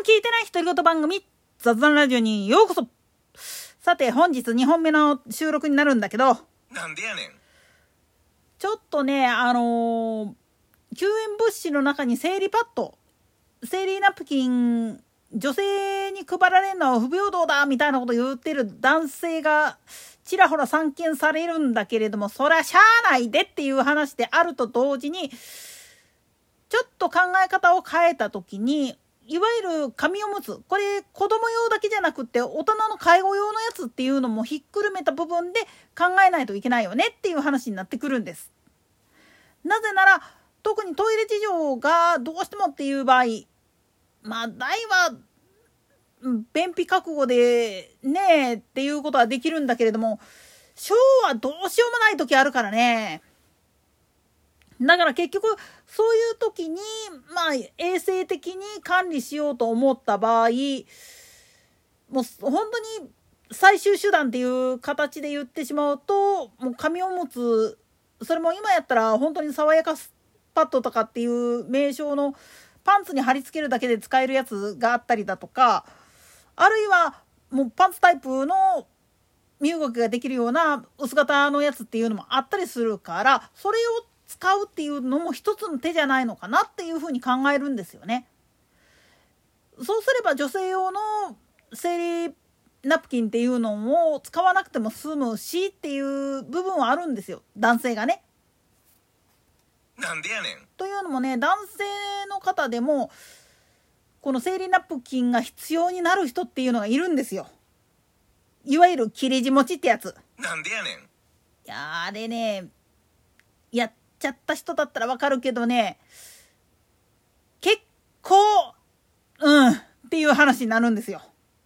聞いてない独り言番組雑談ラジオにようこそ。さて本日2本目の収録になるんだけど、 なんでやねん。 ちょっとね救援物資の中に生理パッド、生理ナプキン女性に配られるのは不平等だみたいなことを言ってる男性がちらほら散見されるんだけれども、そりゃしゃあないでっていう話であると同時に、ちょっと考え方を変えた時に、いわゆる紙おむつ、これ子供用だけじゃなくって大人の介護用のやつっていうのもひっくるめた部分で考えないといけないよねっていう話になってくるんです。なぜなら特にトイレ事情がどうしてもっていう場合、まあ大は便秘覚悟でねっていうことはできるんだけれども、小はどうしようもない時あるからね。だから結局そういう時に衛生的に管理しようと思った場合、もう本当に最終手段っていう形で言ってしまうと、もう紙おむつ、それも今やったら本当に爽やかパッドとかっていう名称のパンツに貼り付けるだけで使えるやつがあったりだとか、あるいはもうパンツタイプの身動きができるような薄型のやつっていうのもあったりするから、それを使うっていうのも一つの手じゃないのかなっていうふうに考えるんですよね。そうすれば女性用の生理ナプキンっていうのを使わなくても済むしっていう部分はあるんですよ、男性がね。 なんでやねん。 というのもね、男性の方でもこの生理ナプキンが必要になる人っていうのがいるんですよ。いわゆる切れ字持ちってやつ。 なんでやねん。 いやあれね、やっちゃった人だったらわかるけどね、結構っていう話になるんですよ。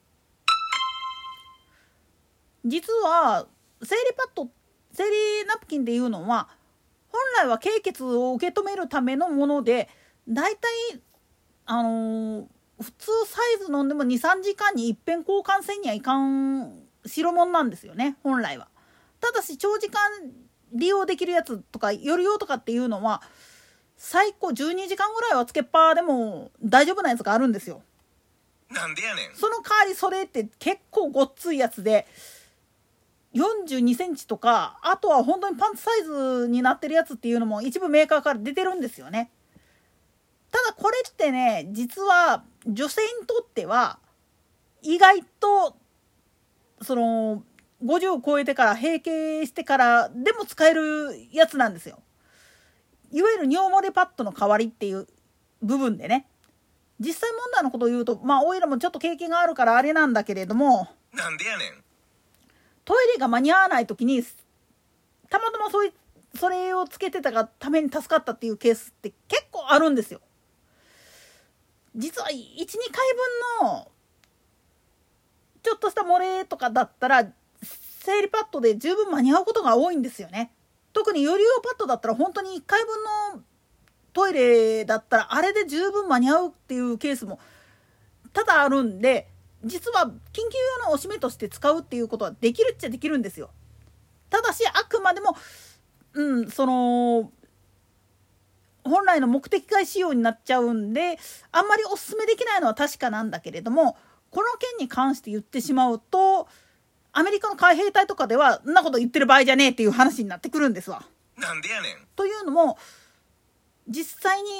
実は生理パッド、生理ナプキンっていうのは本来は経血を受け止めるためのもので、だいたい普通サイズ飲んでも 2,3 時間に一遍交換せんにはいかん代物なんですよね、本来は。ただし長時間利用できるやつとか夜用とかっていうのは最高12時間ぐらいはつけっぱでも大丈夫なやつがあるんですよ。 なんでやねん。 その代わりそれって結構ごっついやつで42センチとか、あとは本当にパンツサイズになってるやつっていうのも一部メーカーから出てるんですよね。ただこれってね、実は女性にとっては意外とその50を超えてから閉経してからでも使えるやつなんですよ。いわゆる尿漏れパッドの代わりっていう部分でね。実際問題のことを言うと、おいらもちょっと経験があるからあれなんだけれども、 なんでやねん。 トイレが間に合わない時にたまたまそれをつけてたがために助かったっていうケースって結構あるんですよ。実は 1,2 回分のちょっとした漏れとかだったら生理パッドで十分間に合うことが多いんですよね。特に夜用パッドだったら本当に1回分のトイレだったらあれで十分間に合うっていうケースも多々あるんで、実は緊急用のおしめとして使うっていうことはできるっちゃできるんですよ。ただしあくまでもその本来の目的外使用になっちゃうんであんまりおすすめできないのは確かなんだけれども、この件に関して言ってしまうとアメリカの海兵隊とかではそんなこと言ってる場合じゃねえっていう話になってくるんですわ。 なんでやねん。 というのも実際に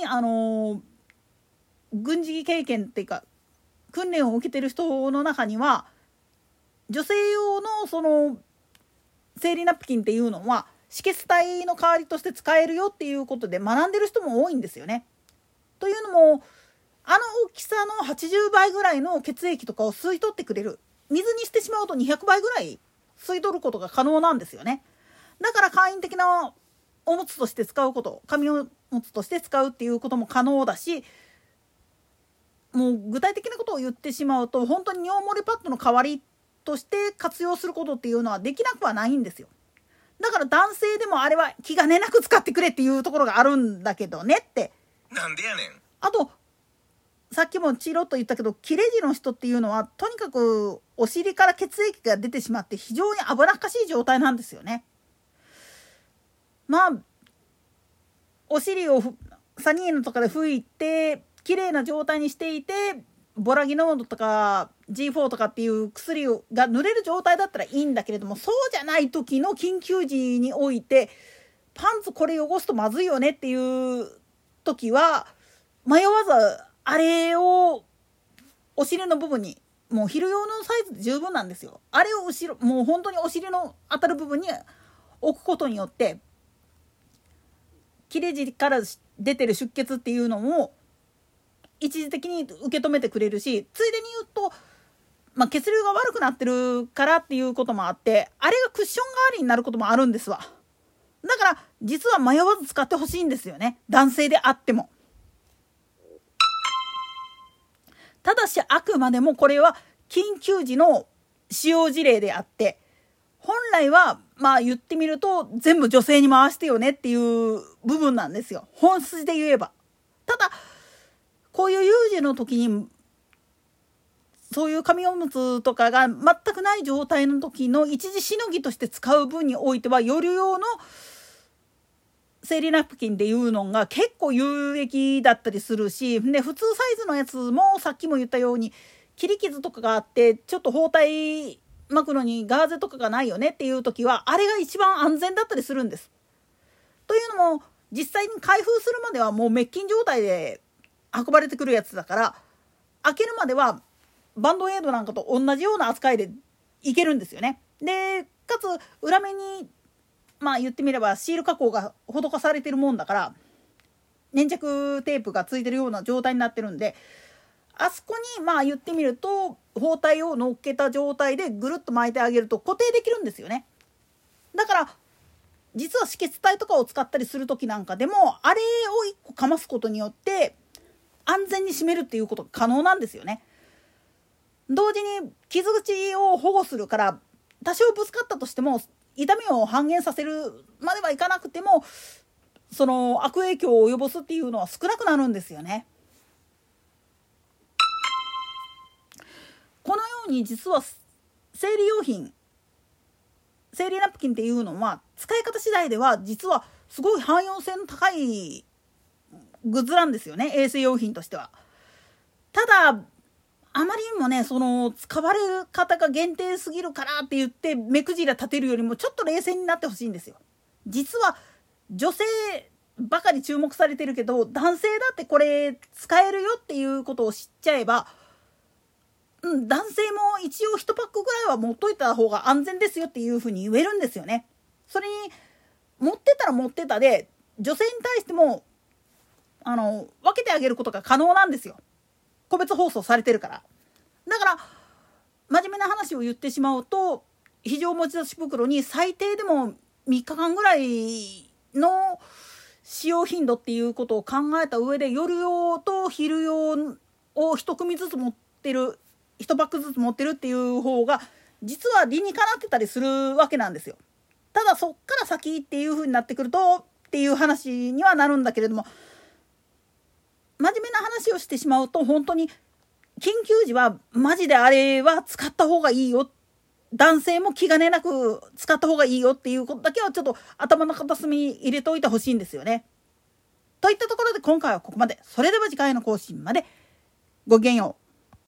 軍事経験っていうか訓練を受けてる人の中には女性用のその生理ナプキンっていうのは止血体の代わりとして使えるよっていうことで学んでる人も多いんですよね。というのも大きさの80倍ぐらいの血液とかを吸い取ってくれる、水にしてしまうと200倍ぐらい吸い取ることが可能なんですよね。だから簡易的なおむつとして使うこと、紙おむつとして使うっていうことも可能だし、もう具体的なことを言ってしまうと本当に尿漏れパッドの代わりとして活用することっていうのはできなくはないんですよ。だから男性でもあれは気兼ねなく使ってくれっていうところがあるんだけどねって。 なんでやねん。 あとさっきもチロッと言ったけど、切れ字の人っていうのはとにかくお尻から血液が出てしまって非常に危なっかしい状態なんですよね。お尻をサニーナとかで拭いてきれいな状態にしていてボラギノードとか G4 とかっていう薬が塗れる状態だったらいいんだけれども、そうじゃない時の緊急時においてパンツこれ汚すとまずいよねっていう時は迷わずあれをお尻の部分に、もう昼用のサイズで十分なんですよ。あれを後ろ、もう本当にお尻の当たる部分に置くことによって切れ字から出てる出血っていうのも一時的に受け止めてくれるし、ついでに言うと、血流が悪くなってるからっていうこともあって、あれがクッション代わりになることもあるんですわ。だから実は迷わず使ってほしいんですよね、男性であっても。ただしあくまでもこれは緊急時の使用事例であって、本来は言ってみると全部女性に回してよねっていう部分なんですよ、本筋で言えば。ただこういう有事の時にそういう紙おむつとかが全くない状態の時の一時しのぎとして使う分においては、夜用の生理ナプキンっていうのが結構有益だったりするし、で普通サイズのやつもさっきも言ったように切り傷とかがあってちょっと包帯巻くのにガーゼとかがないよねっていう時はあれが一番安全だったりするんです。というのも実際に開封するまではもう滅菌状態で運ばれてくるやつだから、開けるまではバンドエイドなんかと同じような扱いでいけるんですよね。でかつ裏面に言ってみればシール加工が施されてるもんだから粘着テープがついてるような状態になってるんで、あそこに言ってみると包帯を乗っけた状態でぐるっと巻いてあげると固定できるんですよね。だから実は止血帯とかを使ったりする時なんかでもあれを1個かますことによって安全に締めるっていうことが可能なんですよね。同時に傷口を保護するから多少ぶつかったとしても痛みを半減させるまではいかなくても、その悪影響を及ぼすっていうのは少なくなるんですよね。このように実は生理用品、生理ナプキンっていうのは使い方次第では実はすごい汎用性の高いグッズなんですよね、衛生用品としては。ただあまりにもね、その使われる方が限定すぎるからって言って目くじら立てるよりもちょっと冷静になってほしいんですよ。実は女性ばかり注目されてるけど男性だってこれ使えるよっていうことを知っちゃえば、男性も一応1パックぐらいは持っといた方が安全ですよっていうふうに言えるんですよね。それに持ってたら持ってたで女性に対しても分けてあげることが可能なんですよ、個別包装されてるから。だから真面目な話を言ってしまうと、非常持ち出し袋に最低でも3日間ぐらいの使用頻度っていうことを考えた上で、夜用と昼用を1組ずつ持ってる、1パックずつ持ってるっていう方が実は理にかなってたりするわけなんですよ。ただそっから先っていう風になってくるとっていう話にはなるんだけれども、真面目な話をしてしまうと本当に緊急時はマジであれは使った方がいいよ、男性も気兼ねなく使った方がいいよっていうことだけはちょっと頭の片隅に入れておいてほしいんですよね。といったところで今回はここまで。それでは次回の更新までごきげんよう。